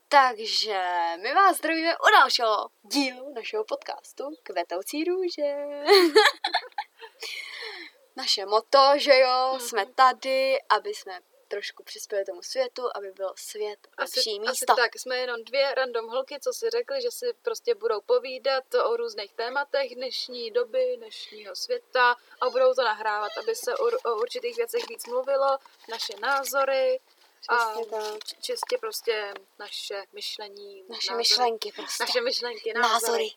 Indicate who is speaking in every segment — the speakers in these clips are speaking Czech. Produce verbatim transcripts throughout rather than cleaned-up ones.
Speaker 1: Takže my vás zdravíme u dalšího dílu našeho podcastu Kvetoucí růže. Naše motto, že jo, mm-hmm. jsme tady, aby jsme trošku přispěli tomu světu, aby byl svět lepší
Speaker 2: asi,
Speaker 1: místo.
Speaker 2: Asi tak, jsme jenom dvě random holky, co si řekli, že si prostě budou povídat o různých tématech dnešní doby, dnešního světa a budou to nahrávat, aby se o, o určitých věcech víc mluvilo, naše názory.
Speaker 1: Přesně
Speaker 2: a
Speaker 1: tak.
Speaker 2: Čistě prostě naše myšlení.
Speaker 1: Naše
Speaker 2: názory.
Speaker 1: myšlenky prostě.
Speaker 2: Naše myšlenky, názory.
Speaker 1: názory.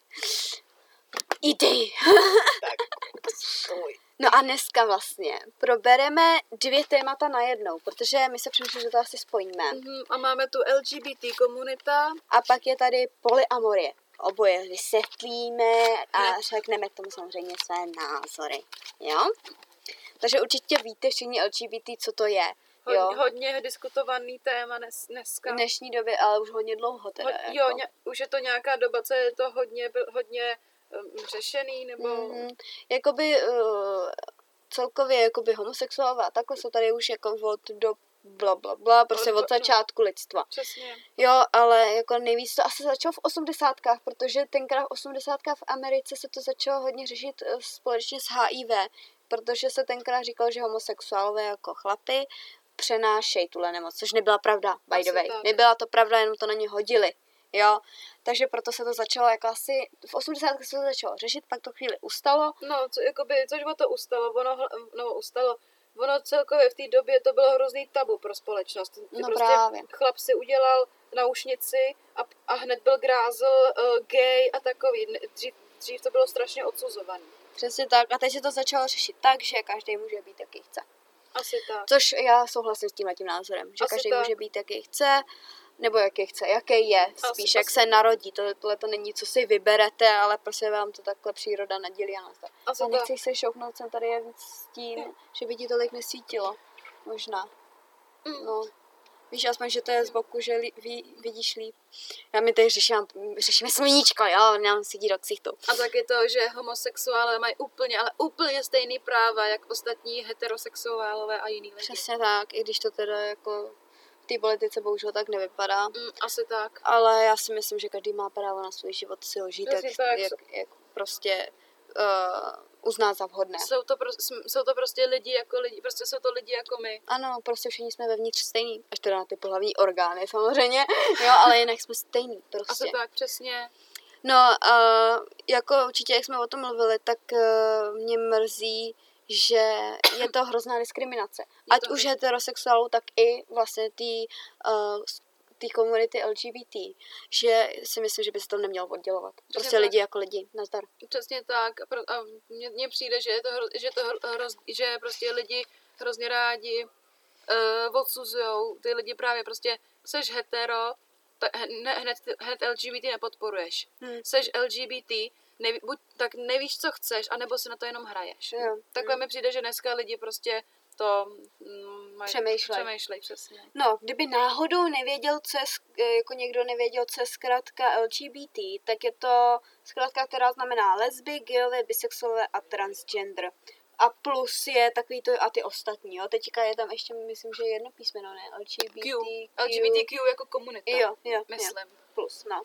Speaker 1: Idei.
Speaker 2: Tak, stůj.
Speaker 1: No a dneska vlastně probereme dvě témata najednou, protože my se přemýšlíme, že to asi spojíme.
Speaker 2: Mm-hmm, a máme tu L G B T komunita.
Speaker 1: A pak je tady polyamorie. Oboje vysvětlíme a řekneme k tomu samozřejmě své názory. Jo? Takže určitě víte všichni L G B T, co to je. Jo?
Speaker 2: Hodně, hodně diskutovaný téma dnes, dneska.
Speaker 1: V dnešní době, ale už hodně dlouho teda.
Speaker 2: Ho,
Speaker 1: jako.
Speaker 2: Jo, ně, už je to nějaká doba, co je to hodně, hodně um, řešený, nebo...
Speaker 1: Mm-hmm. Jakoby uh, celkově jakoby homosexuálové a takhle jsou tady už jako od do bla bla bla, prostě od, od začátku no. lidstva.
Speaker 2: Přesně.
Speaker 1: Jo, ale jako nejvíc to asi začalo v osmdesátkách, protože tenkrát v osmdesátkách v Americe se to začalo hodně řešit uh, společně s H I V, protože se tenkrát říkalo, že homosexuálové jako chlapy přenášejí tuhle nemoc, což nebyla pravda, by the way. Nebyla to pravda, jenom to na ně hodili. Jo, takže proto se to začalo jako asi, v osmdesátkách se to začalo řešit, pak to chvíli ustalo.
Speaker 2: No, co, jakoby, což to ustalo, ono, no, ustalo, ono celkově v té době to bylo hrozný tabu pro společnost.
Speaker 1: No
Speaker 2: prostě
Speaker 1: právě.
Speaker 2: Chlap si udělal náušnici a, a hned byl grázel, uh, gay a takový. Dřív, dřív to bylo strašně odsuzované.
Speaker 1: Přesně tak, a teď se to začalo řešit tak, že každý může být, jaký chce.
Speaker 2: Asi tak.
Speaker 1: Což já souhlasím s tímhletím názorem, že
Speaker 2: asi
Speaker 1: každý
Speaker 2: tak.
Speaker 1: může být, jaký chce, nebo jaký chce, jaký je, spíš
Speaker 2: asi,
Speaker 1: jak
Speaker 2: asi.
Speaker 1: se narodí. Tohle, tohle to není, co si vyberete, ale prostě vám to takhle příroda nadělí a nazdar. A nechci se šouknout, jsem tady je víc s tím, je. že by ti tolik nesvítilo. Možná.
Speaker 2: Mm.
Speaker 1: No. Víš, aspoň, že to je z boku, že li, ví, vidíš líp. Já mi tady řeším, řešíme sluníčko, jo, nám sedí do ksichtu.
Speaker 2: A taky to, že homosexuálové mají úplně, ale úplně stejný práva, jak ostatní heterosexuálové a jiný lidi.
Speaker 1: Přesně tak, i když to teda jako v té politice bohužel tak nevypadá.
Speaker 2: Mm, asi tak.
Speaker 1: Ale já si myslím, že každý má právo na svůj život si ho žít, tak,
Speaker 2: tak,
Speaker 1: jak, jak prostě uh, uzná za vhodné.
Speaker 2: Jsou to, pro, jsou to prostě lidi jako lidi, prostě jsou to lidi jako my.
Speaker 1: Ano, prostě všichni jsme vevnitř stejný, až teda na ty pohlavní orgány samozřejmě, jo, ale jinak jsme stejný prostě.
Speaker 2: Asi tak, přesně.
Speaker 1: No, uh, jako určitě, jak jsme o tom mluvili, tak uh, mě mrzí, že je to hrozná diskriminace. Ať už heterosexuálů, tak i vlastně ty uh, té komunity L G B T, že si myslím, že by se to nemělo oddělovat. Prostě
Speaker 2: Přesně
Speaker 1: lidi
Speaker 2: tak.
Speaker 1: jako lidi, nazdar.
Speaker 2: Přesně tak. A mně přijde, že je to, hro, že to hroz, že prostě lidi hrozně rádi uh, odsuzujou ty lidi právě prostě seš hetero, tak hned, hned, hned L G B T nepodporuješ. Hmm. Seš L G B T, neví, buď tak nevíš, co chceš, anebo si na to jenom hraješ.
Speaker 1: Jo.
Speaker 2: Takhle hmm. mi přijde, že dneska lidi prostě to mm, mají,
Speaker 1: přemýšlej.
Speaker 2: přemýšlej, přesně.
Speaker 1: No, kdyby náhodou nevěděl, co je, jako někdo nevěděl, co je zkrátka L G B T, tak je to zkrátka, která znamená lesby, gayové, bisexuálové a transgender. A plus je takový to a ty ostatní, jo. Teďka je tam ještě, myslím, že jedno písmeno, ne? L G B T Q.
Speaker 2: L G B T Q jako komunita.
Speaker 1: Jo, jo,
Speaker 2: myslím.
Speaker 1: Jo. Plus, no.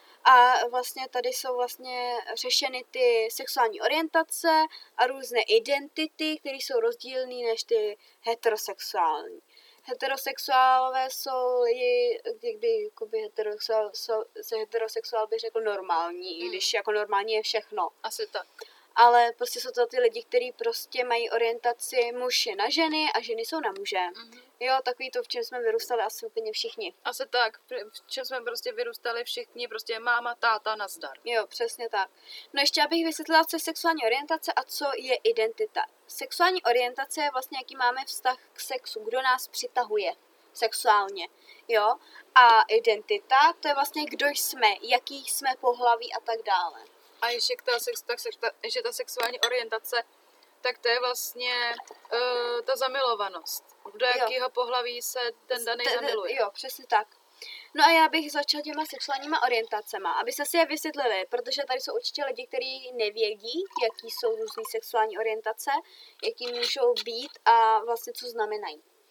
Speaker 1: A vlastně tady jsou vlastně řešeny ty sexuální orientace a různé identity, které jsou rozdílné než ty heterosexuální. Heterosexuálové jsou lidi, kdyby jakoby heterosexuál, se heterosexuál by řekl normální, mm. když jako normální je všechno.
Speaker 2: Asi tak.
Speaker 1: Ale prostě jsou to ty lidi, kteří prostě mají orientaci muž je na ženy a ženy jsou na muže. Mm-hmm. Jo, takový to, v čem jsme vyrůstali asi úplně všichni.
Speaker 2: Asi tak, v čem jsme prostě vyrůstali všichni, prostě máma, táta, nazdar.
Speaker 1: Jo, přesně tak. No ještě abych vysvětlila, co je sexuální orientace a co je identita. Sexuální orientace je vlastně, jaký máme vztah k sexu, kdo nás přitahuje sexuálně, jo. A identita, to je vlastně, kdo jsme, jaký jsme pohlaví a tak dále.
Speaker 2: A ještě ta, sex, tak, ta, ještě ta sexuální orientace, tak to je vlastně uh, ta zamilovanost. Do jakého pohlaví se ten daný zamiluje.
Speaker 1: Jo, přesně tak. No a já bych začala těma sexuálníma orientacema, aby se si je vysvětlili, protože tady jsou určitě lidi, kteří nevědí, jaký jsou různý sexuální orientace, jaký můžou být a vlastně co znamenají.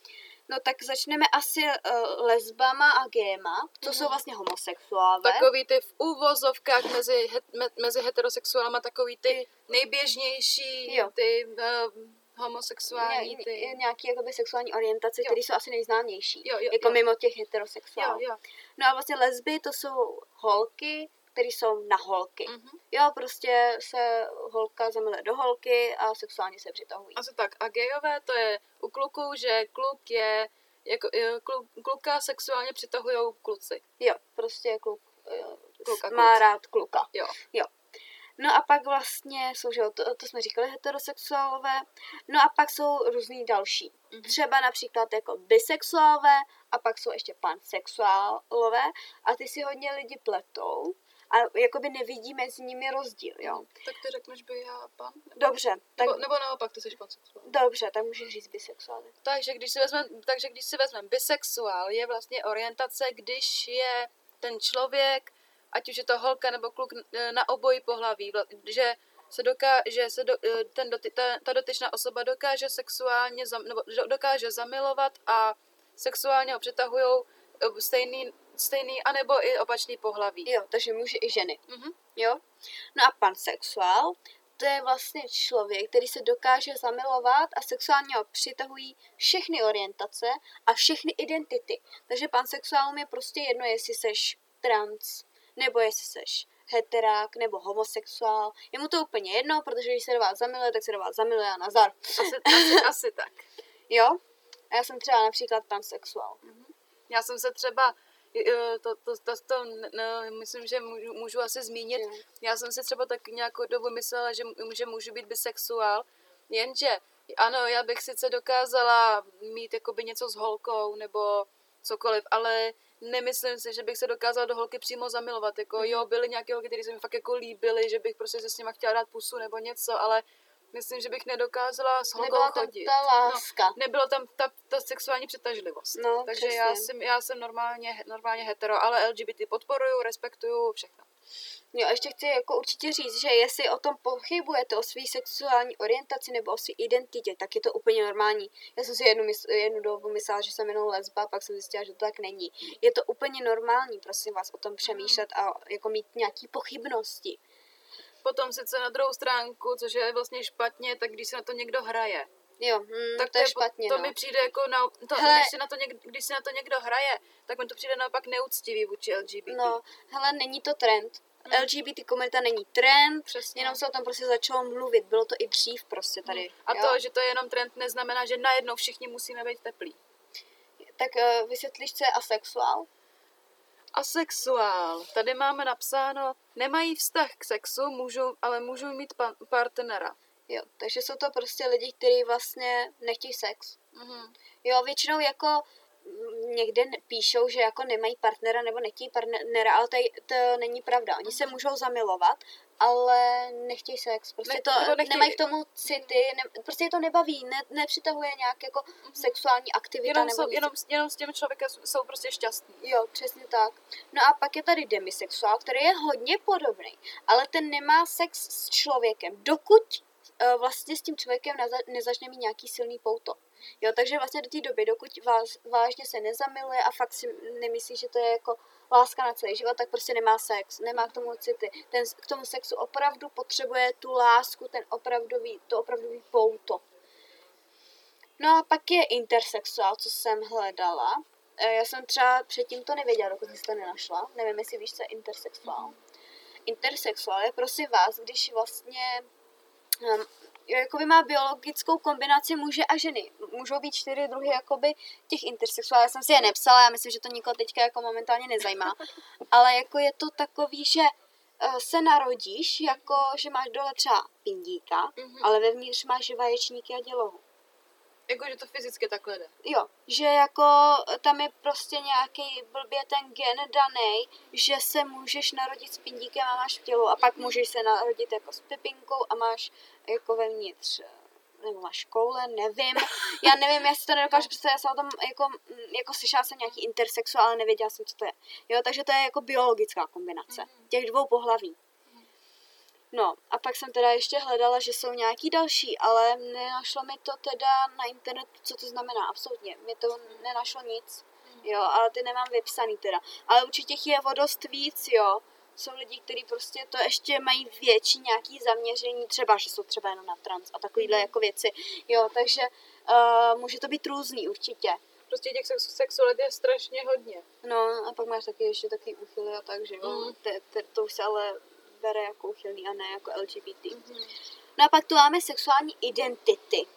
Speaker 1: No tak začneme asi uh, lesbama a gayma, to mm. jsou vlastně homosexuálové.
Speaker 2: Takový ty v úvozovkách mezi, het, me, mezi heterosexuálama, takový ty nejběžnější, jo. ty uh, homosexuální, ty...
Speaker 1: Ně, nějaký jakoby sexuální orientace, které jsou asi nejznámější,
Speaker 2: jo, jo,
Speaker 1: jako
Speaker 2: jo.
Speaker 1: mimo těch heterosexuálů.
Speaker 2: Jo, jo.
Speaker 1: No a vlastně lesby to jsou holky, které jsou na holky. Mm-hmm. Jo, prostě se holka zamiluje do holky a sexuálně se přitahují.
Speaker 2: Asi tak. A gayové to je u kluků, že kluk je, jako, kluk, kluka sexuálně přitahujou kluci.
Speaker 1: Jo, prostě kluk
Speaker 2: Kluka,
Speaker 1: má
Speaker 2: kluk.
Speaker 1: rád kluka.
Speaker 2: Jo.
Speaker 1: jo. No a pak vlastně jsou, že to, to jsme říkali, heterosexuálové. No a pak jsou různý další. Mm-hmm. Třeba například jako bisexuálové a pak jsou ještě pansexuálové a ty si hodně lidi pletou a jakoby nevidí mezi nimi rozdíl, jo.
Speaker 2: Tak ty řekneš by já pan? Nebo,
Speaker 1: Dobře. Tak,
Speaker 2: nebo, nebo naopak, ty jsi pansexuál.
Speaker 1: Dobře, tak můžeš říct bisexuál.
Speaker 2: Takže když si vezmeme, takže když si vezmeme bisexuál, je vlastně orientace, když je ten člověk, ať už je to holka nebo kluk na obojí pohlaví, že se doká, že se do, ten doty, ta, ta dotyčná osoba dokáže sexuálně, zam, nebo dokáže zamilovat a sexuálně ho přitahujou stejný, stejný anebo i opačný pohlaví.
Speaker 1: Jo, takže muži i ženy.
Speaker 2: Mm-hmm.
Speaker 1: Jo? No a pansexuál, to je vlastně člověk, který se dokáže zamilovat a sexuálně ho přitahují všechny orientace a všechny identity. Takže pansexuálům je prostě jedno, jestli seš trans, nebo jestli seš heterák, nebo homosexuál. Je mu to úplně jedno, protože když se do vás zamiluje, tak se do vás zamiluje a nazar.
Speaker 2: Asi, asi, asi tak.
Speaker 1: Jo? A já jsem třeba například pansexuál.
Speaker 2: Mm-hmm. Já jsem se třeba, to, to, to, to no, myslím, že můžu, můžu asi zmínit, jo. Já jsem si třeba tak nějakou dobu myslela, že, že můžu být bisexuál, jenže ano, já bych sice dokázala mít jakoby něco s holkou, nebo cokoliv, ale nemyslím si, že bych se dokázala do holky přímo zamilovat, jako mm. jo, byly nějaké holky, které se mi fakt jako líbily, že bych prostě se s nima chtěla dát pusu nebo něco, ale myslím, že bych nedokázala s holkou
Speaker 1: nebyla
Speaker 2: chodit.
Speaker 1: Tam ta láska.
Speaker 2: No, nebylo tam ta, ta sexuální přitažlivost.
Speaker 1: No,
Speaker 2: takže já jsem, já jsem normálně, normálně hetero, ale L G B T podporuju, respektuju, všechno.
Speaker 1: Jo, a ještě chci jako určitě říct, že jestli o tom pochybujete, o své sexuální orientaci nebo o své identitě, tak je to úplně normální. Já jsem si jednu, mysl, jednu dobu myslela, že jsem jenom lesba, pak jsem zjistila, že to tak není. Je to úplně normální, prosím vás, o tom přemýšlet a jako mít nějaké pochybnosti.
Speaker 2: Potom sice na druhou stránku, což je vlastně špatně, tak když se na to někdo hraje.
Speaker 1: Jo, mm,
Speaker 2: tak
Speaker 1: to je špatně,
Speaker 2: To
Speaker 1: no.
Speaker 2: mi přijde jako, na, to, když, si na to někdo, když si na to někdo hraje, tak mi to přijde naopak neúctivý vůči L G B T.
Speaker 1: No, hele, není to trend. Hmm. L G B T komunita není trend,
Speaker 2: přesně.
Speaker 1: Jenom se o tom prostě začalo mluvit, bylo to i dřív prostě tady. Hmm.
Speaker 2: A
Speaker 1: jo?
Speaker 2: to, že to je jenom trend, neznamená, že najednou všichni musíme být teplí.
Speaker 1: Tak uh, vysvětlíš, co je asexuál?
Speaker 2: Asexuál. Tady máme napsáno, nemají vztah k sexu, můžou, ale můžou mít pa- partnera.
Speaker 1: Jo, takže jsou to prostě lidi, kteří vlastně nechtějí sex.
Speaker 2: Mm-hmm.
Speaker 1: Jo, většinou jako někde píšou, že jako nemají partnera nebo nechtějí partnera, ale to, to není pravda. Oni se můžou zamilovat, ale nechtějí sex. Prostě
Speaker 2: ne,
Speaker 1: to,
Speaker 2: nechtějí...
Speaker 1: nemají k tomu city, ne, prostě je to nebaví, ne, nepřitahuje nějak jako mm-hmm. sexuální aktivita.
Speaker 2: Jenom,
Speaker 1: nebo
Speaker 2: jsou, jenom, jenom s těmi člověky jsou prostě šťastní.
Speaker 1: Jo, přesně tak. No a pak je tady demisexuál, který je hodně podobný, ale ten nemá sex s člověkem, dokud uh, vlastně s tím člověkem neza, nezačne mít nějaký silný pouto. Jo, takže vlastně do té doby, dokud vás, vážně se nezamiluje a fakt si nemyslí, že to je jako láska na celý život, tak prostě nemá sex, nemá k tomu city. Ten k tomu sexu opravdu potřebuje tu lásku, ten opravdový, to opravdový pouto. No a pak je intersexuál, co jsem hledala. Já jsem třeba předtím to nevěděla, dokud jsem to nenašla. Nevím, jestli víš, co je intersexuál. Intersexuál je, prosím vás, když vlastně um, jakoby má biologickou kombinaci muže a ženy. Můžou být čtyři druhy jakoby těch intersexuálů. Já jsem si je nepsala, já myslím, že to nikoho teďka jako momentálně nezajímá. Ale jako je to takový, že uh, se narodíš, jako že máš dole třeba pindíka, mm-hmm. ale vevnitř máš vaječníky a dělohu.
Speaker 2: Jako, že to fyzicky takhle jde.
Speaker 1: Jo, že jako tam je prostě nějaký blbě ten gen danej, že se můžeš narodit s pindíkem a máš v tělu a pak můžeš se narodit jako s pipinkou a máš jako vevnitř, nebo máš koule, nevím. Já nevím, já si to nedokážu představit, já jsem o tom jako, jako slyšela jsem nějaký intersexuál, ale nevěděla jsem, co to je. Jo, takže to je jako biologická kombinace těch dvou pohlaví. No a pak jsem teda ještě hledala, že jsou nějaký další, ale nenašlo mi to teda na internetu, co to znamená, absolutně. Mě to nenašlo nic, jo, ale ty nemám vypsaný teda. Ale určitě jich je o dost víc, jo. Jsou lidi, kteří prostě to ještě mají větší nějaký zaměření, třeba, že jsou třeba jenom na trans a takovýhle jako věci, jo, takže uh, může to být různý určitě.
Speaker 2: Prostě těch sex- sexualit je strašně hodně.
Speaker 1: No a pak máš taky ještě takový úchyly a tak, že jo,
Speaker 2: Mm.
Speaker 1: te, te, to už se ale bere jako úchylný a ne jako L G B T.
Speaker 2: Mm-hmm.
Speaker 1: No a pak tu máme sexuální identity.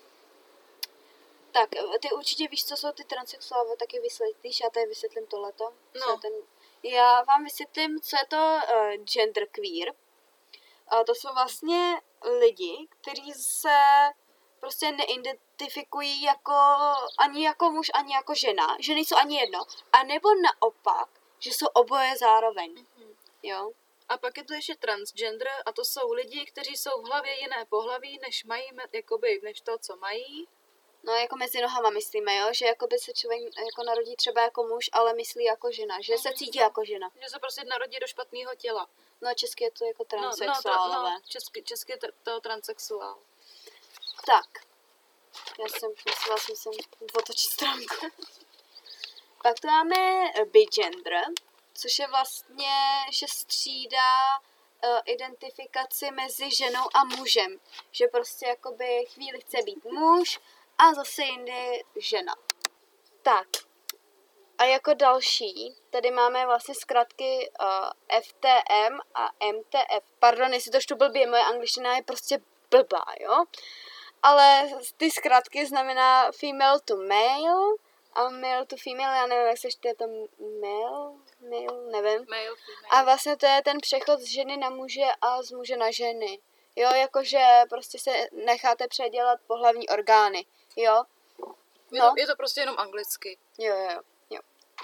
Speaker 1: Tak, ty určitě víš, co jsou ty transsexuálové, taky vysvětlíš, já tady vysvětlím tohleto.
Speaker 2: No.
Speaker 1: Co je ten... Já vám vysvětlím, co je to uh, genderqueer. Uh, to jsou vlastně lidi, kteří se prostě neidentifikují jako, ani jako muž, ani jako žena, že nejsou ani jedno. A nebo naopak, že jsou oboje zároveň.
Speaker 2: Mm-hmm.
Speaker 1: Jo?
Speaker 2: A pak je tu ještě transgender a to jsou lidi, kteří jsou v hlavě jiné pohlaví, než mají, jakoby, než to, co mají.
Speaker 1: No jako mezi nohama myslíme, jo? Že jakoby se člověk jako narodí třeba jako muž, ale myslí jako žena, že se cítí jako žena.
Speaker 2: Že se prostě narodí do špatného těla.
Speaker 1: No česky je to jako
Speaker 2: No, no,
Speaker 1: transsexuálové.
Speaker 2: tra- no česky, česky je to, to transsexuál.
Speaker 1: Tak, já jsem myslela, jsem jsem otočit stránku. Pak tu máme bigender, což je vlastně, že střídá uh, identifikaci mezi ženou a mužem. Že prostě jakoby chvíli chce být muž a zase jindy žena. Tak, a jako další, tady máme vlastně zkratky uh, F T M a M T F. Pardon, jestli to čtu blbě, moje angličtina je prostě blbá, jo? Ale ty zkratky znamená female to male a male to female, já nevím, jak se čte to male, male, nevím.
Speaker 2: Male, female.
Speaker 1: A vlastně to je ten přechod z ženy na muže a z muže na ženy. Jo, jakože prostě se necháte předělat pohlavní orgány, jo?
Speaker 2: Je,
Speaker 1: No.
Speaker 2: to, je to prostě jenom anglicky.
Speaker 1: Jo, jo, jo.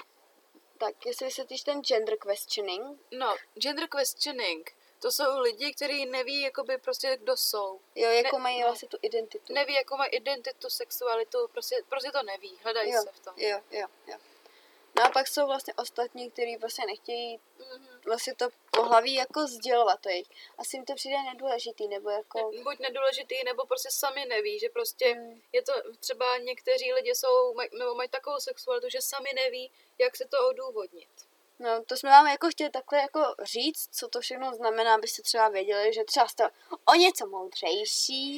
Speaker 1: Tak, jestli vysvětlíš ten gender questioning.
Speaker 2: No, gender questioning, to jsou lidi, kteří neví, jakoby prostě, kdo jsou.
Speaker 1: Jo, jakou
Speaker 2: Ne-
Speaker 1: mají
Speaker 2: no.
Speaker 1: vlastně tu identitu.
Speaker 2: Neví, jakou mají identitu, sexualitu, prostě, prostě to neví, hledají
Speaker 1: Jo,
Speaker 2: se v tom.
Speaker 1: jo, jo, jo. No a pak jsou vlastně ostatní, kteří prostě nechtějí
Speaker 2: Mhm.
Speaker 1: vlastně to pohlaví jako sdělovat to jejich. Asi jim to přijde nedůležitý, nebo jako...
Speaker 2: Ne, buď nedůležitý, nebo prostě sami neví, že prostě
Speaker 1: Hmm.
Speaker 2: je to, třeba někteří lidi jsou, maj, nebo mají takovou sexualitu, že sami neví, jak se to odůvodnit.
Speaker 1: No, to jsme vám jako chtěli takhle jako říct, co to všechno znamená, abyste třeba věděli, že třeba jste o něco moudřejší.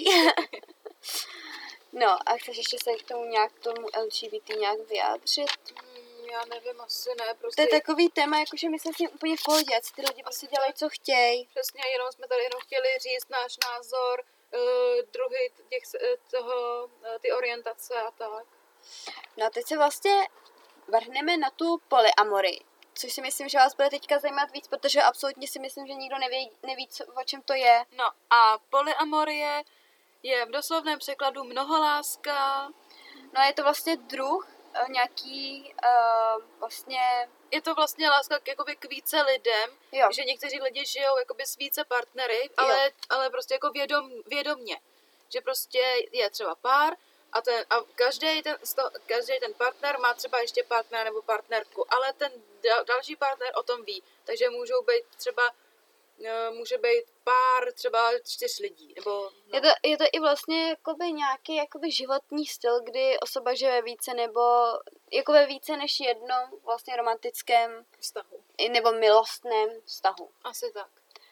Speaker 1: No, a chceš ještě se k tomu nějak k tomu L G B T nějak vyjádřit?
Speaker 2: Hmm, já nevím, asi ne,
Speaker 1: To
Speaker 2: prostě
Speaker 1: je takový téma, jakože my jsme s tím úplně v pohodě, ať si ty lidi prostě dělají, co chtějí.
Speaker 2: přesně, jenom jsme tady jenom chtěli říct náš názor, uh, druhy těch, eh, toho, uh, ty orientace a tak.
Speaker 1: No a teď se vlastně vrhneme na tu polyamorii, což si myslím, že vás bude teďka zajímat víc, protože absolutně si myslím, že nikdo neví, neví co, o čem to je.
Speaker 2: No a polyamorie je v doslovném překladu mnoholáska.
Speaker 1: No a je to vlastně druh eh, nějaký uh, vlastně,
Speaker 2: Je to vlastně láska k, jakoby k více lidem,
Speaker 1: jo,
Speaker 2: že někteří lidi žijou jakoby s více partnery, ale, ale prostě jako vědom, vědomně. Že prostě je třeba pár a, ten, a každý ten, každý ten partner má třeba ještě partnera nebo partnerku, ale ten dal, další partner o tom ví. Takže můžou být třeba, eh, může být pár třeba čtyř lidí. Nebo, no.
Speaker 1: je, to, je to i vlastně jakoby nějaký jakoby životní styl, kdy osoba žije ve více nebo jako ve více než jednom vlastně romantickém
Speaker 2: vztahu.
Speaker 1: i nebo milostném vztahu.
Speaker 2: Asi tak.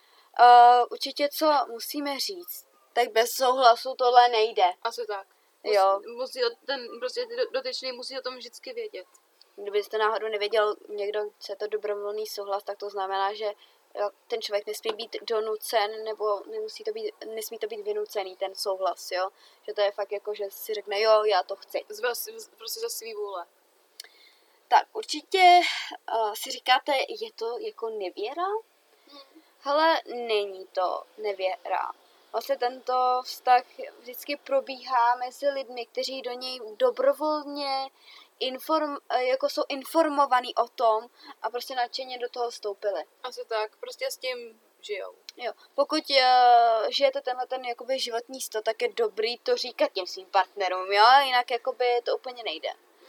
Speaker 1: Uh, určitě, co musíme říct, tak bez souhlasu tohle nejde.
Speaker 2: Asi tak. Musí,
Speaker 1: Jo.
Speaker 2: musí o- ten prostě ty do- dotyčný musí o tom vždycky vědět.
Speaker 1: Kdybyste náhodou nevěděl někdo, co je to dobrovolný souhlas, tak to znamená, že jo, ten člověk nesmí být donucen, nebo nemusí to být, nesmí to být vynucený ten souhlas, jo. Že to je fakt jako, že si řekne, jo, já to chci.
Speaker 2: Z vás, prostě za svý vůle.
Speaker 1: Tak určitě uh, si říkáte, je to jako nevěra? Hele, není to nevěra. Vlastně tento vztah vždycky probíhá mezi lidmi, kteří do něj dobrovolně inform, jako jsou informovaní o tom a prostě nadšeně do toho vstoupili.
Speaker 2: Asi tak, prostě s tím žijou.
Speaker 1: Jo. Pokud uh, žijete tenhle ten jakoby životní styl, tak je dobrý to říkat těm svým partnerům, jo? Jinak jakoby to úplně nejde.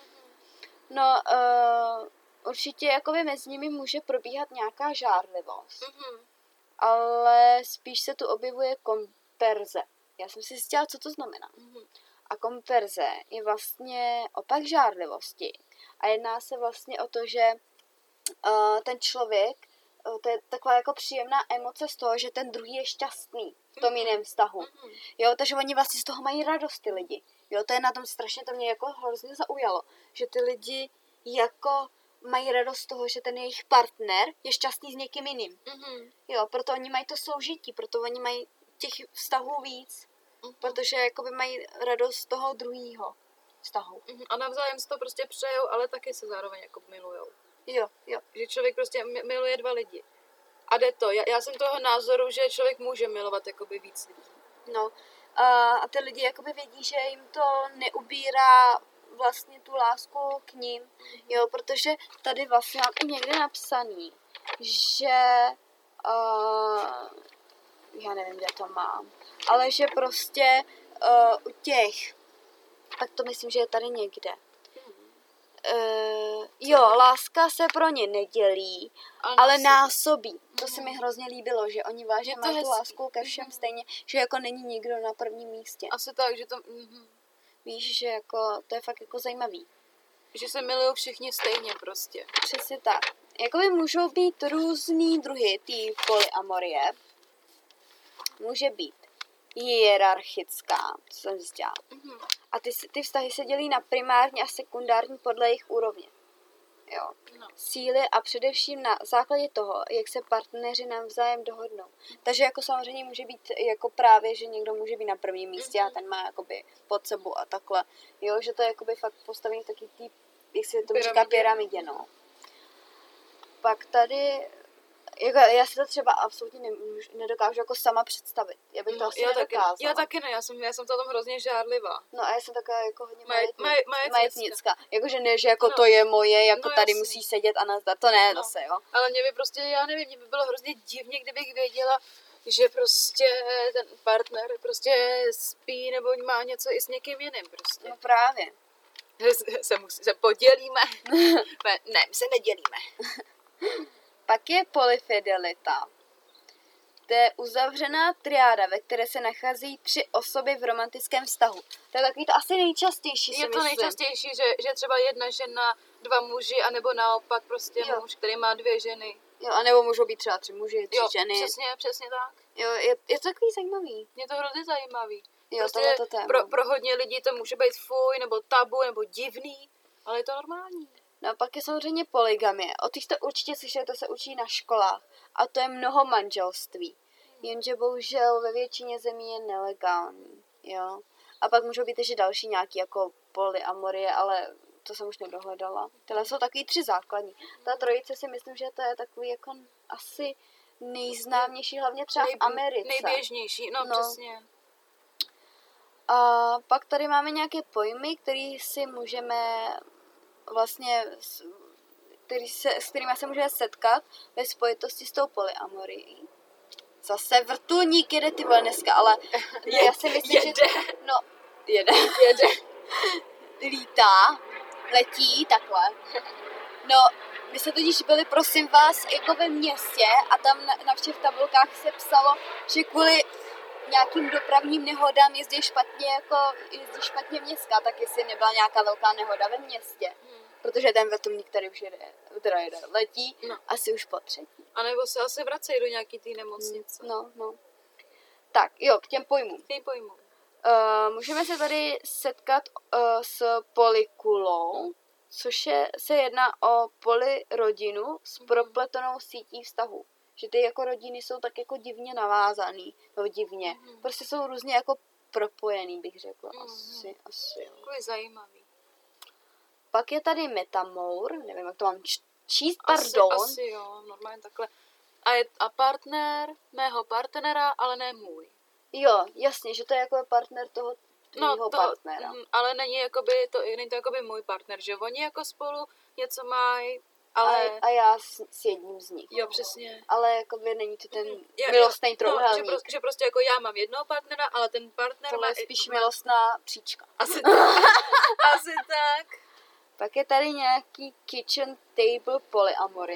Speaker 1: No, uh, určitě jakoby mezi nimi může probíhat nějaká žárlivost.
Speaker 2: Mm-hmm.
Speaker 1: ale spíš se tu objevuje komperze. Já jsem si zjistila, co to znamená.
Speaker 2: Mhm.
Speaker 1: A komperze je vlastně opak žárlivosti. A jedná se vlastně o to, že uh, ten člověk, uh, to je taková jako příjemná emoce z toho, že ten druhý je šťastný v tom jiném vztahu.
Speaker 2: Mhm.
Speaker 1: Jo, takže oni vlastně z toho mají radost, ty lidi. Jo, to je na tom strašně, to mě jako hrozně zaujalo, že ty lidi jako mají radost z toho, že ten jejich partner je šťastný s někým jiným.
Speaker 2: Mhm.
Speaker 1: Jo, proto oni mají to soužití, proto oni mají těch vztahů víc,
Speaker 2: Mhm.
Speaker 1: protože jakoby mají radost z toho druhého vztahu.
Speaker 2: Mhm. A navzájem si to prostě přejou, ale taky se zároveň jako milujou.
Speaker 1: Jo, jo.
Speaker 2: Že člověk prostě mi- miluje dva lidi. A jde to. Já, já jsem toho názoru, že člověk může milovat jakoby víc lidí.
Speaker 1: No, a, a ty lidi jakoby vědí, že jim to neubírá vlastně tu lásku k ním, jo, protože tady vlastně mám i někde napsaný, že uh, já nevím, kde to mám, ale že prostě uh, u těch, tak to myslím, že je tady někde. Uh, jo, láska se pro ně nedělí, ale násobí. To se mi hrozně líbilo, že oni vážně
Speaker 2: Je to
Speaker 1: mají tu
Speaker 2: hezký.
Speaker 1: lásku ke všem
Speaker 2: Mhm.
Speaker 1: stejně, že jako není nikdo na prvním místě.
Speaker 2: Asi tak, že to... Mhm.
Speaker 1: Víš, že jako to je fakt jako zajímavý.
Speaker 2: Že se milují všichni stejně prostě.
Speaker 1: Přesně tak. Jakoby můžou být různý druhy té polyamorie. Může být hierarchická, to jsem zjistila.
Speaker 2: Mhm.
Speaker 1: A ty, ty vztahy se dělí na primární a sekundární podle jejich úrovně. Jo.
Speaker 2: No.
Speaker 1: Síly a především na základě toho, jak se partneři navzájem dohodnou. Takže jako samozřejmě může být jako právě, že někdo může být na prvním místě
Speaker 2: Mhm.
Speaker 1: a ten má jakoby pod sebou a takhle. Jo, že to je jakoby fakt postavený v taky tý, jak se tomu říká,
Speaker 2: Pyramidě.
Speaker 1: pyramidě, no. Pak tady, jako já si to třeba absolutně ne, nedokážu jako sama představit. Já bych to
Speaker 2: No,
Speaker 1: asi
Speaker 2: já, taky,
Speaker 1: nedokázala.
Speaker 2: já taky ne, já jsem, já jsem to tam hrozně žádlivá.
Speaker 1: No a já jsem taková jako hodně
Speaker 2: Majet-
Speaker 1: majetní,
Speaker 2: majet- majetnická.
Speaker 1: majetnická. Jakože ne, že jako
Speaker 2: No.
Speaker 1: to je moje, jako
Speaker 2: No,
Speaker 1: tady
Speaker 2: jasně.
Speaker 1: musí sedět a nazdar. To ne,
Speaker 2: No.
Speaker 1: zase, jo.
Speaker 2: Ale mě by prostě, já nevím, mě by bylo hrozně divně, kdybych věděla, že prostě ten partner prostě spí nebo má něco i s někým jiným prostě.
Speaker 1: No právě.
Speaker 2: Že se, se, musí, se podělíme. ne, ne, my se nedělíme.
Speaker 1: Pak je polyfidelita. To je uzavřená triáda, ve které se nachází tři osoby v romantickém vztahu. To je takový to asi nejčastější, si
Speaker 2: Je to
Speaker 1: myslím.
Speaker 2: nejčastější, že, že třeba jedna žena, dva muži, anebo naopak prostě
Speaker 1: Jo.
Speaker 2: muž, který má dvě ženy.
Speaker 1: Jo, a nebo můžou být třeba tři muži, tři
Speaker 2: Jo,
Speaker 1: ženy.
Speaker 2: přesně, přesně tak.
Speaker 1: Jo, je, je to takový zajímavý.
Speaker 2: Mě to hrozně zajímavý.
Speaker 1: Jo,
Speaker 2: Prostě
Speaker 1: tohle to téma.
Speaker 2: pro, pro hodně lidí to může být fuj, nebo tabu, nebo divný, ale je to normální.
Speaker 1: No a pak je samozřejmě polygamie. O těch to určitě slyšeli, to se učí na školách. A to je mnoho manželství. Jenže bohužel ve většině zemí je nelegální. Jo. A pak můžou být ještě další nějaký jako polyamorie, ale to jsem už nedohledala. Tyhle jsou takový tři základní. Ta trojice si myslím, že to je takový jako asi nejznámější, hlavně třeba v Americe.
Speaker 2: Nejběžnější, no,
Speaker 1: No.
Speaker 2: no. přesně.
Speaker 1: A pak tady máme nějaké pojmy, které si můžeme vlastně, s- který se, s kterými se můžeme setkat ve spojitosti s tou polyamorií. Zase vrtulník jede ty vole dneska, ale
Speaker 2: Je-
Speaker 1: já si myslím,
Speaker 2: jede.
Speaker 1: že... No, jede.
Speaker 2: Jede.
Speaker 1: Lítá, letí, takhle. No, my jsme totiž byli, prosím vás, jako ve městě a tam na, na všech tabulkách se psalo, že kvůli nějakým dopravním nehodám jezdí špatně, jako jezdí špatně městská, tak jestli nebyla nějaká velká nehoda ve městě. Protože ten vrtulník tady už jede, teda jede, letí,
Speaker 2: No.
Speaker 1: asi už po třetí.
Speaker 2: A nebo se asi vracejí do nějaký té nemocnice.
Speaker 1: No, no. Tak, jo, k těm pojmům.
Speaker 2: Ty pojmu.
Speaker 1: Uh, můžeme se tady setkat uh, s polykulou, což je, se jedná o polyrodinu s
Speaker 2: Mhm.
Speaker 1: propletenou sítí vztahů. Že ty jako rodiny jsou tak jako divně navázaný, no divně.
Speaker 2: Mhm.
Speaker 1: Prostě jsou různě jako propojený, bych řekla.
Speaker 2: Mhm.
Speaker 1: Asi, asi jo.
Speaker 2: Takový zajímavý.
Speaker 1: Pak je tady metamour, nevím, jak to mám č- číst,
Speaker 2: Asi,
Speaker 1: pardon.
Speaker 2: asi jo, normálně takhle. A, je, a partner mého partnera, ale ne můj.
Speaker 1: Jo, jasně, že to je jako partner toho tvýho
Speaker 2: No, to,
Speaker 1: partnera.
Speaker 2: mm, ale není, jakoby, to, není to jakoby můj partner, že oni jako spolu něco mají, ale...
Speaker 1: A, a já s, s jedním z nich.
Speaker 2: Jo, přesně.
Speaker 1: Ale jakoby není to ten
Speaker 2: Jo,
Speaker 1: milostný
Speaker 2: jo, no,
Speaker 1: trouhelník.
Speaker 2: že, prostě, že prostě jako já mám jednoho partnera, ale ten partner
Speaker 1: Tohle
Speaker 2: má...
Speaker 1: je spíš
Speaker 2: má-
Speaker 1: milostná příčka.
Speaker 2: Asi tak. Asi tak.
Speaker 1: Pak je tady nějaký kitchen table polyamory.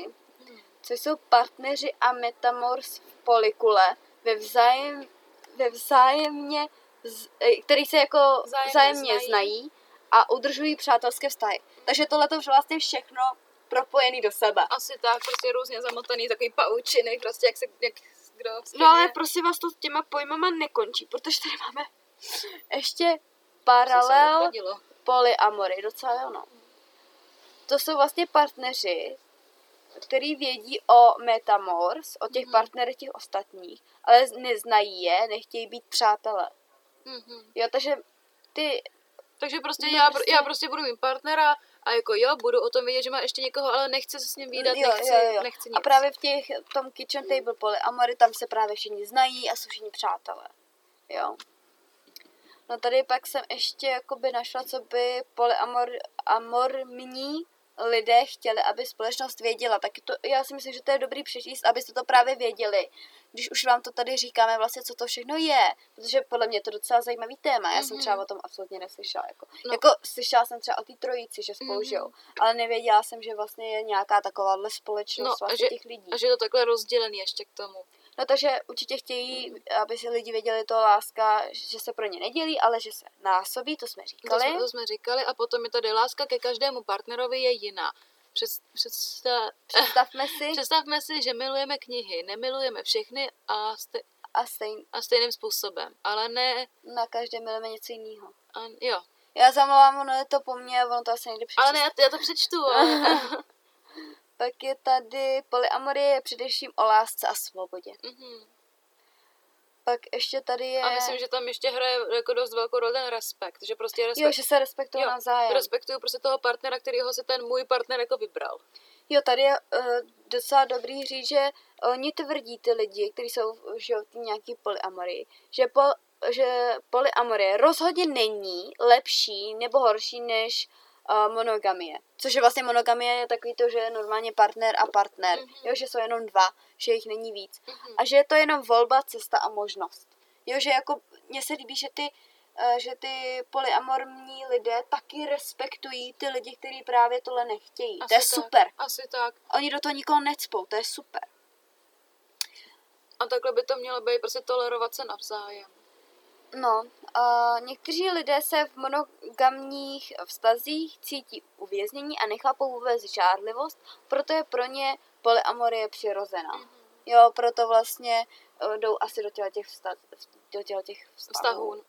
Speaker 2: Mhm.
Speaker 1: což jsou partneři a metamors v polikule ve vzájem, ve vzájemně, z- eh, který se jako
Speaker 2: Vzájemně
Speaker 1: vzájemně
Speaker 2: znají.
Speaker 1: znají a udržují přátelské vztahy. Takže tohle to vlastně všechno propojený do sebe.
Speaker 2: Asi tak, prostě různě zamotaný, takový paučiny, prostě jak se, jak kdo s kým
Speaker 1: No ale
Speaker 2: je.
Speaker 1: prosím vás, to těma pojmama nekončí, protože tady máme ještě
Speaker 2: Co se
Speaker 1: paralel
Speaker 2: dochodilo.
Speaker 1: polyamory, docela jo, no. To jsou vlastně partneři, který vědí o metamors, o těch
Speaker 2: Mhm.
Speaker 1: partnerech těch ostatních, ale neznají je, nechtějí být přátelé.
Speaker 2: Mhm.
Speaker 1: Jo, takže ty,
Speaker 2: Takže prostě
Speaker 1: No,
Speaker 2: já,
Speaker 1: prostě-
Speaker 2: já prostě budu mít partnera a jako jo, budu o tom vědět, že má ještě někoho, ale nechci se s ním výdat,
Speaker 1: jo,
Speaker 2: nechci,
Speaker 1: jo, jo.
Speaker 2: nechci nic.
Speaker 1: A právě v těch, v tom kitchen table polyamory, tam se právě všichni znají a jsou všichni přátelé. Jo. No tady pak jsem ještě jakoby našla, co by polyamorní lidé chtěli, aby společnost věděla. Tak to, já si myslím, že to je dobrý přečíst, abyste to právě věděli. Když už vám to tady říkáme vlastně, co to všechno je. Protože podle mě je to docela zajímavý téma. Já jsem
Speaker 2: Mhm.
Speaker 1: třeba o tom absolutně neslyšela. Jako,
Speaker 2: No.
Speaker 1: jako slyšela jsem třeba o té trojici, že spolu
Speaker 2: Mhm.
Speaker 1: žijou. Ale nevěděla jsem, že vlastně je nějaká takováhle společnost
Speaker 2: No, a
Speaker 1: vlastně
Speaker 2: že-
Speaker 1: těch lidí.
Speaker 2: A že je to takhle rozdělený ještě k tomu.
Speaker 1: No takže určitě chtějí, aby si lidi věděli to láska, že se pro ně nedělí, ale že se násobí, to jsme
Speaker 2: To
Speaker 1: říkali.
Speaker 2: jsme, to jsme říkali a potom je tady láska ke každému partnerovi je jiná. Před, představ,
Speaker 1: Představme si
Speaker 2: představme si, že milujeme knihy, nemilujeme všechny a, ste,
Speaker 1: a stejně
Speaker 2: a stejným způsobem, ale ne,
Speaker 1: na každém milujeme něco jiného.
Speaker 2: a, jo.
Speaker 1: Já zamluvám, ono je to po mně, ono to asi nejde přečíst.
Speaker 2: Ale ne, já, já to přečtu, ale...
Speaker 1: Pak je tady polyamorie je především o lásce a svobodě.
Speaker 2: Mhm.
Speaker 1: Pak ještě tady je...
Speaker 2: A myslím, že tam ještě hraje jako dost velkou roli ten respekt, že prostě respekt,
Speaker 1: Jo, že se respektují
Speaker 2: jo,
Speaker 1: navzájem.
Speaker 2: respektuju prostě toho partnera, kterýho si ten můj partner jako vybral.
Speaker 1: Jo, tady je uh, docela dobrý říct, že oni tvrdí ty lidi, kteří jsou že jo, v té nějaký polyamorii, že, po, že polyamorie rozhodně není lepší nebo horší než uh, monogamie. Což je vlastně monogamie je takový to, že je normálně partner a partner.
Speaker 2: Mhm.
Speaker 1: Jo, že jsou jenom dva, že jich není víc.
Speaker 2: Mhm.
Speaker 1: A že je to jenom volba, cesta a možnost. Jo, že jako mně se líbí, že ty eh, že ty polyamorní lidé taky respektují ty lidi, kteří právě tohle nechtějí.
Speaker 2: Asi
Speaker 1: to je
Speaker 2: tak,
Speaker 1: super.
Speaker 2: Asi tak.
Speaker 1: Oni do toho nikoho necpou, to je super.
Speaker 2: A takhle by to mělo být, prostě tolerovat se navzájem.
Speaker 1: No, a někteří lidé se v monogamních vztazích cítí uvěznění a nechápou vůbec žádlivost, proto je pro ně polyamorie přirozená.
Speaker 2: Mhm.
Speaker 1: Jo, proto vlastně eh, jdou asi do těchto těch, vztah, do těchto těch vztahů.
Speaker 2: Vztahů.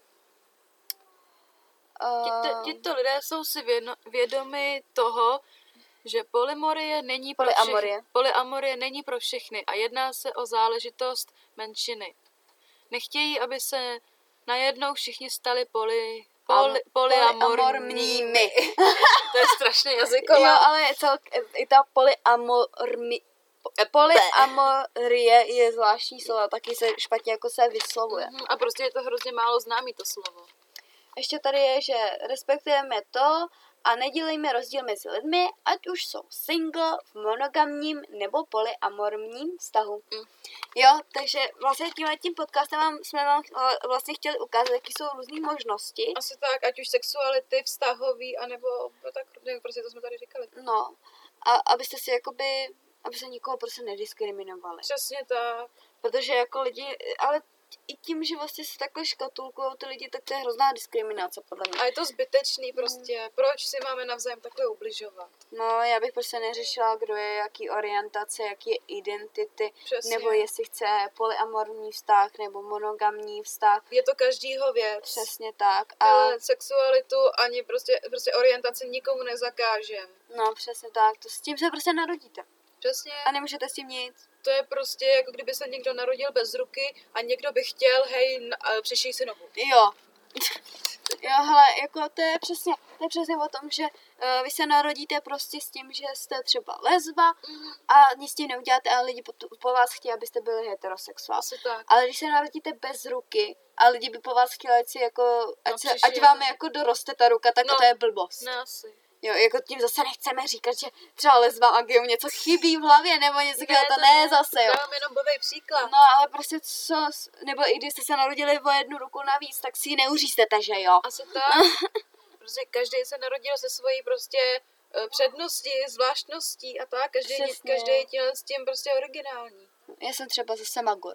Speaker 2: Tito,
Speaker 1: Uh,
Speaker 2: tito lidé jsou si věno, vědomi toho, že polymorie není pro
Speaker 1: Polyamorie.
Speaker 2: všechny. Polyamorie není pro všechny a jedná se o záležitost menšiny. Nechtějí, aby se najednou všichni stali poly, poly, polyamorními. To je strašně jazyková.
Speaker 1: Jo, ale cel, i ta polyamormi, polyamorie je zvláštní slovo, taky se špatně jako se vyslovuje.
Speaker 2: Mhm, a prostě je to hrozně málo známý to slovo.
Speaker 1: Ještě tady je, že respektujeme to a nedělejme rozdíl mezi lidmi, ať už jsou single, v monogamním nebo polyamorním vztahu.
Speaker 2: Mm.
Speaker 1: Jo, takže vlastně tímhle tím podcastem vám, jsme vám eh, vlastně chtěli ukázat, jaké jsou různé možnosti.
Speaker 2: Asi tak, ať už sexuality, vztahový, anebo no tak, nevím, prostě to jsme tady říkali.
Speaker 1: No, a abyste si jakoby, aby se nikoho prostě nediskriminovali.
Speaker 2: Přesně tak.
Speaker 1: Protože jako lidi, ale i tím, že vlastně se takhle škatulkujou ty lidi, tak to je hrozná diskriminace podle mě.
Speaker 2: A je to zbytečný prostě. Proč si máme navzájem takhle ubližovat?
Speaker 1: No, já bych prostě neřešila, kdo je jaký orientace, jaký je identity,
Speaker 2: Přesně.
Speaker 1: nebo jestli chce polyamorní vztah, nebo monogamní vztah.
Speaker 2: Je to každýho věc.
Speaker 1: Přesně tak. A,
Speaker 2: Ale sexualitu ani prostě, prostě orientaci nikomu nezakážem.
Speaker 1: no, přesně tak. To, s tím se prostě narodíte.
Speaker 2: Přesně.
Speaker 1: A nemůžete s tím nic.
Speaker 2: To je prostě jako kdyby se někdo narodil bez ruky a někdo by chtěl, hej, n- a přišij si nohu.
Speaker 1: Jo. Jo, hele, jako to je přesně, to je přesně o tom, že uh, vy se narodíte prostě s tím, že jste třeba lesba
Speaker 2: Mhm.
Speaker 1: a nic s tím neuděláte, ale lidi po, tu- po vás chtějí, abyste byli heterosexuál.
Speaker 2: Asi tak.
Speaker 1: Ale když se narodíte bez ruky a lidi by po vás chtěli, ať, si jako, ať,
Speaker 2: No,
Speaker 1: se,
Speaker 2: přišli
Speaker 1: ať vám
Speaker 2: jako-
Speaker 1: jako doroste ta ruka, tak
Speaker 2: No.
Speaker 1: to je blbost.
Speaker 2: Ne, asi.
Speaker 1: Jo, jako tím zase nechceme říkat, že třeba lesbám a gayům něco chybí v hlavě, nebo něco takového, to ne zase, jo.
Speaker 2: Dám jenom blbej příklad.
Speaker 1: No, ale prostě co, s- nebo i když jste se narodili o jednu ruku navíc, tak si ji neuříztete, že jo.
Speaker 2: Asi tak. Prostě každý se narodil se svojí prostě uh, přednosti, zvláštností a tak. Každý,
Speaker 1: Přesně.
Speaker 2: každý je tím, s tím prostě originální.
Speaker 1: Já jsem třeba zase magor.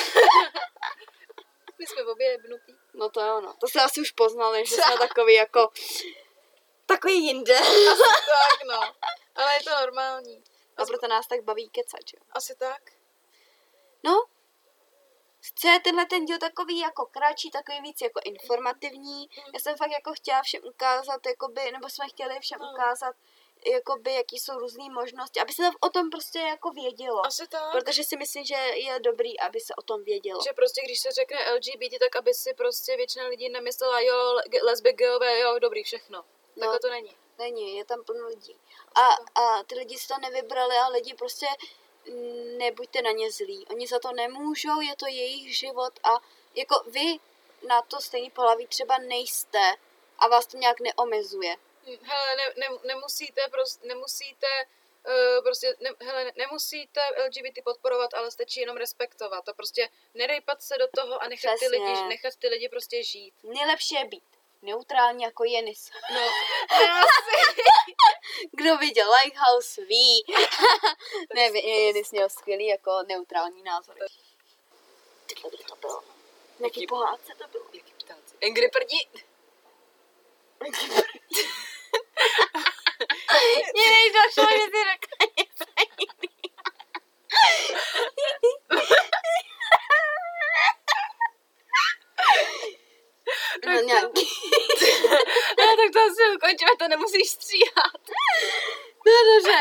Speaker 2: My jsme obě jebnutý.
Speaker 1: No to jo, no. To se asi už poznali, že jsme takový jako... Takový jinde.
Speaker 2: Asi tak, no. Ale je to normální.
Speaker 1: A proto nás tak baví kecat, jo.
Speaker 2: Asi tak.
Speaker 1: No, co je tenhle ten díl takový jako kratší, takový víc jako informativní. Já jsem fakt jako chtěla všem ukázat, jakoby, nebo jsme chtěli všem
Speaker 2: No.
Speaker 1: ukázat, jakoby, jaký jsou různé možnosti, aby se to o tom prostě jako vědělo.
Speaker 2: Asi tak.
Speaker 1: Protože si myslím, že je dobrý, aby se o tom vědělo.
Speaker 2: Že prostě, když se řekne L G B T, tak aby si prostě většina lidí nemyslela, jo, le- lesby, geové, jo, dobrý, všechno.
Speaker 1: No.
Speaker 2: Takhle to není.
Speaker 1: Není, je tam plno lidí. A, a ty lidi si to nevybrali a lidi prostě mm, nebuďte na ně zlí. Oni za to nemůžou, je to jejich život a jako vy na to stejný pohlaví třeba nejste a vás to nějak neomezuje.
Speaker 2: Hele, ne, ne, nemusíte, prostě, nemusíte, uh, prostě, ne, hele, ne- nemusíte L G B T podporovat, ale stačí jenom respektovat. To prostě nedejpat se do toho a nechat ty,
Speaker 1: Přesně.
Speaker 2: lidi, nechat ty lidi prostě žít.
Speaker 1: Nejlepší je být neutrální jako Jenis.
Speaker 2: No, já si...
Speaker 1: Kdo viděl Lighthouse ví. Ne, Jenis měl skvělý jako neutrální názor. Ty kdy to bylo? Jaký
Speaker 2: Jaký-
Speaker 1: pohádce to bylo?
Speaker 2: Jaký ptáci? Angry prdi?
Speaker 1: Mně než došlo, že si řekla něco jiného. No nějaký.
Speaker 2: No, tak to asi ukončíme, to nemusíš stříhat.
Speaker 1: No dobře.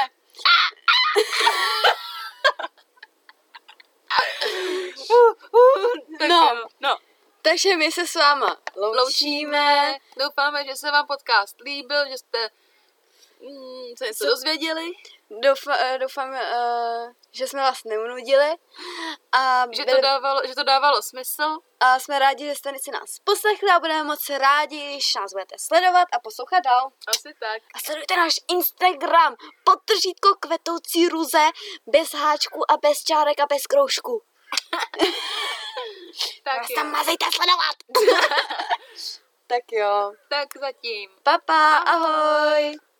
Speaker 2: Tak
Speaker 1: No.
Speaker 2: jo, no.
Speaker 1: Takže my se s váma loučíme.
Speaker 2: Loučíme. Doufáme, že se vám podcast líbil, že jste mm, se něco
Speaker 1: Co-
Speaker 2: dozvěděli.
Speaker 1: Doufa, eh, doufám, uh, že jsme vás neunudili. A,
Speaker 2: Že
Speaker 1: byli-
Speaker 2: to dávalo, že to dávalo smysl.
Speaker 1: a jsme rádi, že jste si nás poslechli a budeme moc rádi, když nás budete sledovat a poslouchat dál.
Speaker 2: Asi tak.
Speaker 1: A sledujte náš Instagram, podtržítko kvetoucí růze, bez háčku a bez čárek a bez kroužku.
Speaker 2: Tak
Speaker 1: Vás
Speaker 2: jo.
Speaker 1: tam mazejte sledovat. Tak jo.
Speaker 2: Tak zatím.
Speaker 1: Papa, ahoj.